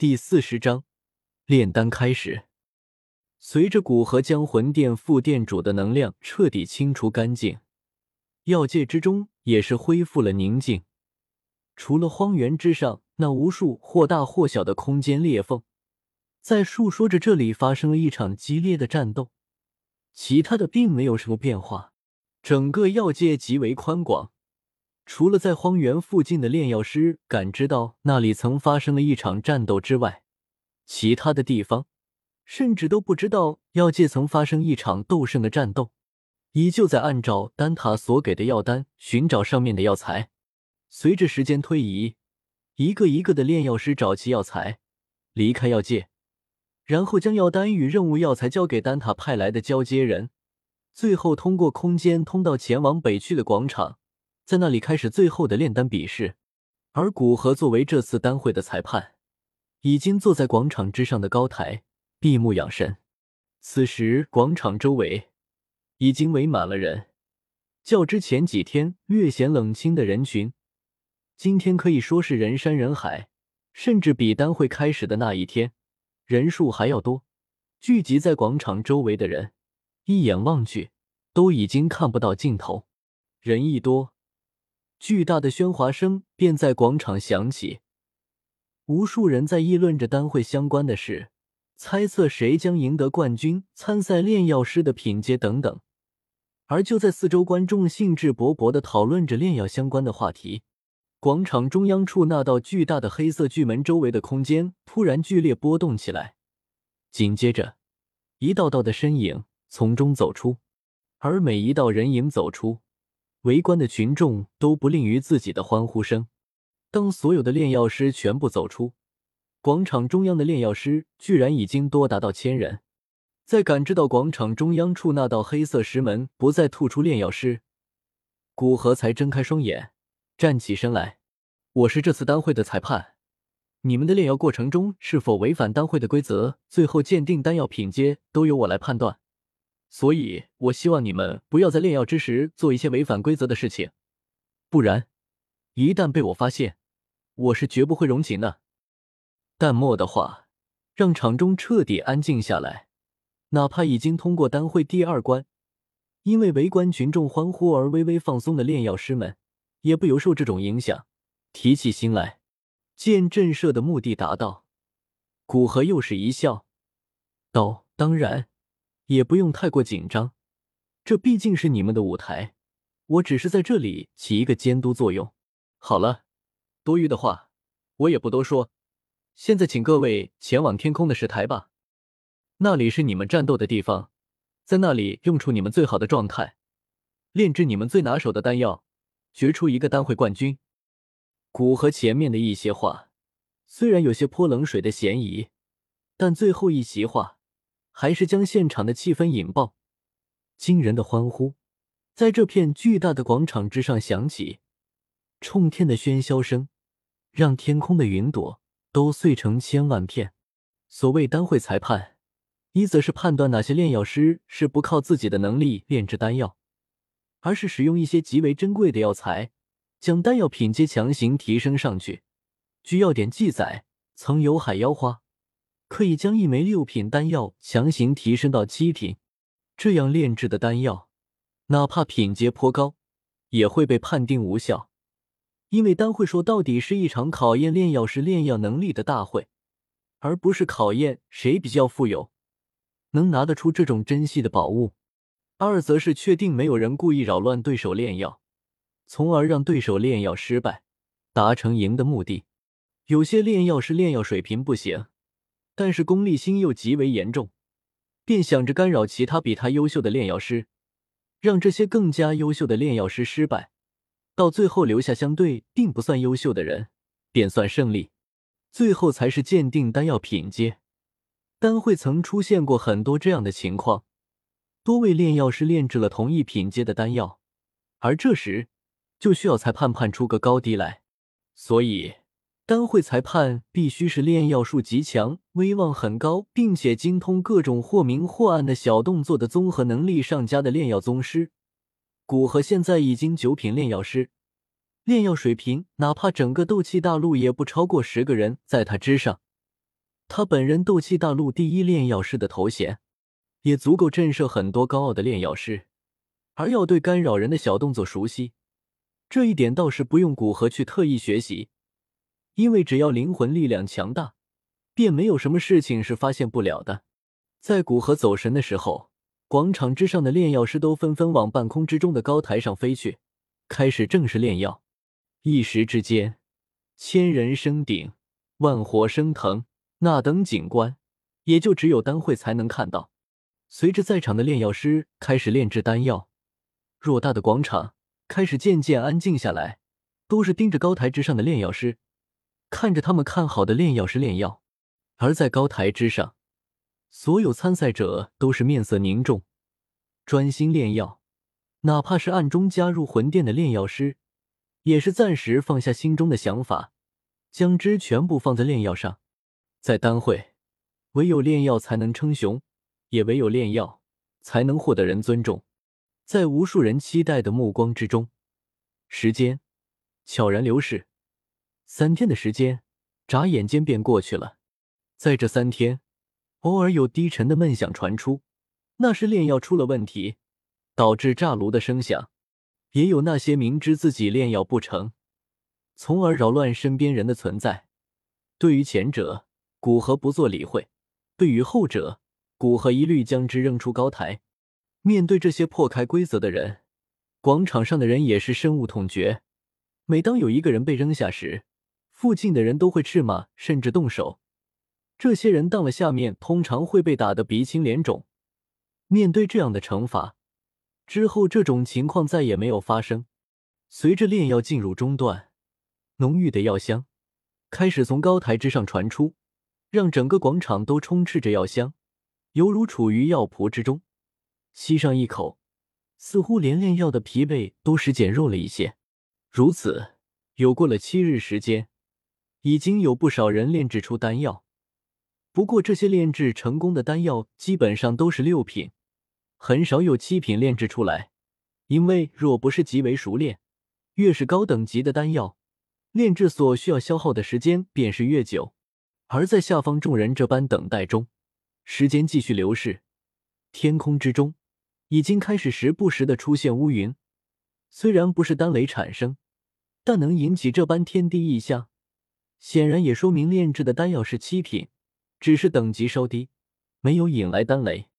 第40章炼丹开始。随着古河将魂殿副殿主的能量彻底清除干净，药界之中也是恢复了宁静。除了荒原之上那无数或大或小的空间裂缝，在述说着这里发生了一场激烈的战斗，其他的并没有什么变化。整个药界极为宽广，除了在荒原附近的炼药师感知到那里曾发生了一场战斗之外，其他的地方甚至都不知道药界曾发生一场斗胜的战斗，依旧在按照丹塔所给的药丹寻找上面的药材。随着时间推移，一个一个的炼药师找齐药材，离开药界，然后将药丹与任务药材交给丹塔派来的交接人，最后通过空间通道前往北区的广场，在那里开始最后的炼丹比试。而古河作为这次丹会的裁判，已经坐在广场之上的高台闭目养神。此时广场周围已经围满了人，较之前几天略显冷清的人群，今天可以说是人山人海，甚至比丹会开始的那一天人数还要多。聚集在广场周围的人一眼望去都已经看不到尽头。人一多，巨大的喧哗声便在广场响起，无数人在议论着丹会相关的事，猜测谁将赢得冠军、参赛炼药师的品阶等等。而就在四周观众兴致勃勃地讨论着炼药相关的话题，广场中央处那道巨大的黑色巨门周围的空间突然剧烈波动起来，紧接着一道道的身影从中走出，而每一道人影走出，围观的群众都不吝于自己的欢呼声。当所有的炼药师全部走出，广场中央的炼药师居然已经多达到1000人。在感知到广场中央处那道黑色石门不再吐出炼药师，古河才睁开双眼，站起身来。我是这次丹会的裁判，你们的炼药过程中是否违反丹会的规则，最后鉴定丹药品阶都由我来判断。所以我希望你们不要在炼药之时做一些违反规则的事情，不然一旦被我发现，我是绝不会容情的。淡漠的话让场中彻底安静下来，哪怕已经通过丹会第2关，因为围观群众欢呼而微微放松的炼药师们也不由受这种影响，提起心来。见震慑的目的达到，古河又是一笑道，当然也不用太过紧张，这毕竟是你们的舞台，我只是在这里起一个监督作用。好了，多余的话我也不多说，现在请各位前往天空的石台吧，那里是你们战斗的地方，在那里用出你们最好的状态，炼制你们最拿手的丹药，决出一个丹会冠军。古河前面的一些话虽然有些泼冷水的嫌疑，但最后一席话还是将现场的气氛引爆。惊人的欢呼在这片巨大的广场之上响起，冲天的喧嚣声让天空的云朵都碎成千万片。所谓丹会裁判，一则是判断哪些炼药师是不靠自己的能力炼制丹药，而是使用一些极为珍贵的药材，将丹药品阶强行提升上去。据药典记载，曾有海妖花可以将一枚6品丹药强行提升到7品，这样炼制的丹药哪怕品阶颇高也会被判定无效。因为丹会说到底是一场考验炼药师炼药能力的大会，而不是考验谁比较富有，能拿得出这种珍稀的宝物。二则是确定没有人故意扰乱对手炼药，从而让对手炼药失败，达成赢的目的。有些炼药师炼药水平不行，但是功利心又极为严重，便想着干扰其他比他优秀的炼药师，让这些更加优秀的炼药师失败，到最后留下相对并不算优秀的人，便算胜利。最后才是鉴定丹药品阶。丹会曾出现过很多这样的情况，多位炼药师炼制了同一品阶的丹药，而这时就需要裁判判出个高低来。所以丹会裁判必须是炼药术极强、威望很高，并且精通各种或明或暗的小动作的综合能力上佳的炼药宗师。古河现在已经9品炼药师，炼药水平哪怕整个斗气大陆也不超过10个人在他之上， 他本人斗气大陆第一炼药师的头衔，也足够震慑很多高傲的炼药师。而要对干扰人的小动作熟悉，这一点倒是不用古河去特意学习，因为只要灵魂力量强大，便没有什么事情是发现不了的。在古河走神的时候，广场之上的炼药师都纷纷往半空之中的高台上飞去，开始正式炼药。一时之间，千人升顶，万火升腾，那等景观也就只有丹会才能看到。随着在场的炼药师开始炼制丹药，偌大的广场开始渐渐安静下来，都是盯着高台之上的炼药师，看着他们看好的炼药师炼药。而在高台之上，所有参赛者都是面色凝重，专心炼药，哪怕是暗中加入魂殿的炼药师，也是暂时放下心中的想法，将之全部放在炼药上。在丹会，唯有炼药才能称雄，也唯有炼药才能获得人尊重。在无数人期待的目光之中，时间悄然流逝，3天的时间眨眼间便过去了。在这3天，偶尔有低沉的闷响传出，那是炼药出了问题，导致炸炉的声响；也有那些明知自己炼药不成，从而扰乱身边人的存在。对于前者，古河不做理会；对于后者，古河一律将之扔出高台。面对这些破开规则的人，广场上的人也是深恶痛绝。每当有一个人被扔下时，附近的人都会斥骂，甚至动手。这些人当了下面，通常会被打得鼻青脸肿。面对这样的惩罚，之后这种情况再也没有发生。随着炼药进入中段，浓郁的药香开始从高台之上传出，让整个广场都充斥着药香，犹如处于药圃之中。吸上一口，似乎连炼药的疲惫都使减弱了一些。如此，有过了7日时间，已经有不少人炼制出丹药。不过这些炼制成功的丹药基本上都是6品，很少有7品炼制出来。因为若不是极为熟练，越是高等级的丹药，炼制所需要消耗的时间便是越久。而在下方众人这般等待中，时间继续流逝，天空之中已经开始时不时的出现乌云。虽然不是丹雷产生，但能引起这般天地异象，显然也说明炼制的丹药是7品，只是等级稍低，没有引来丹雷。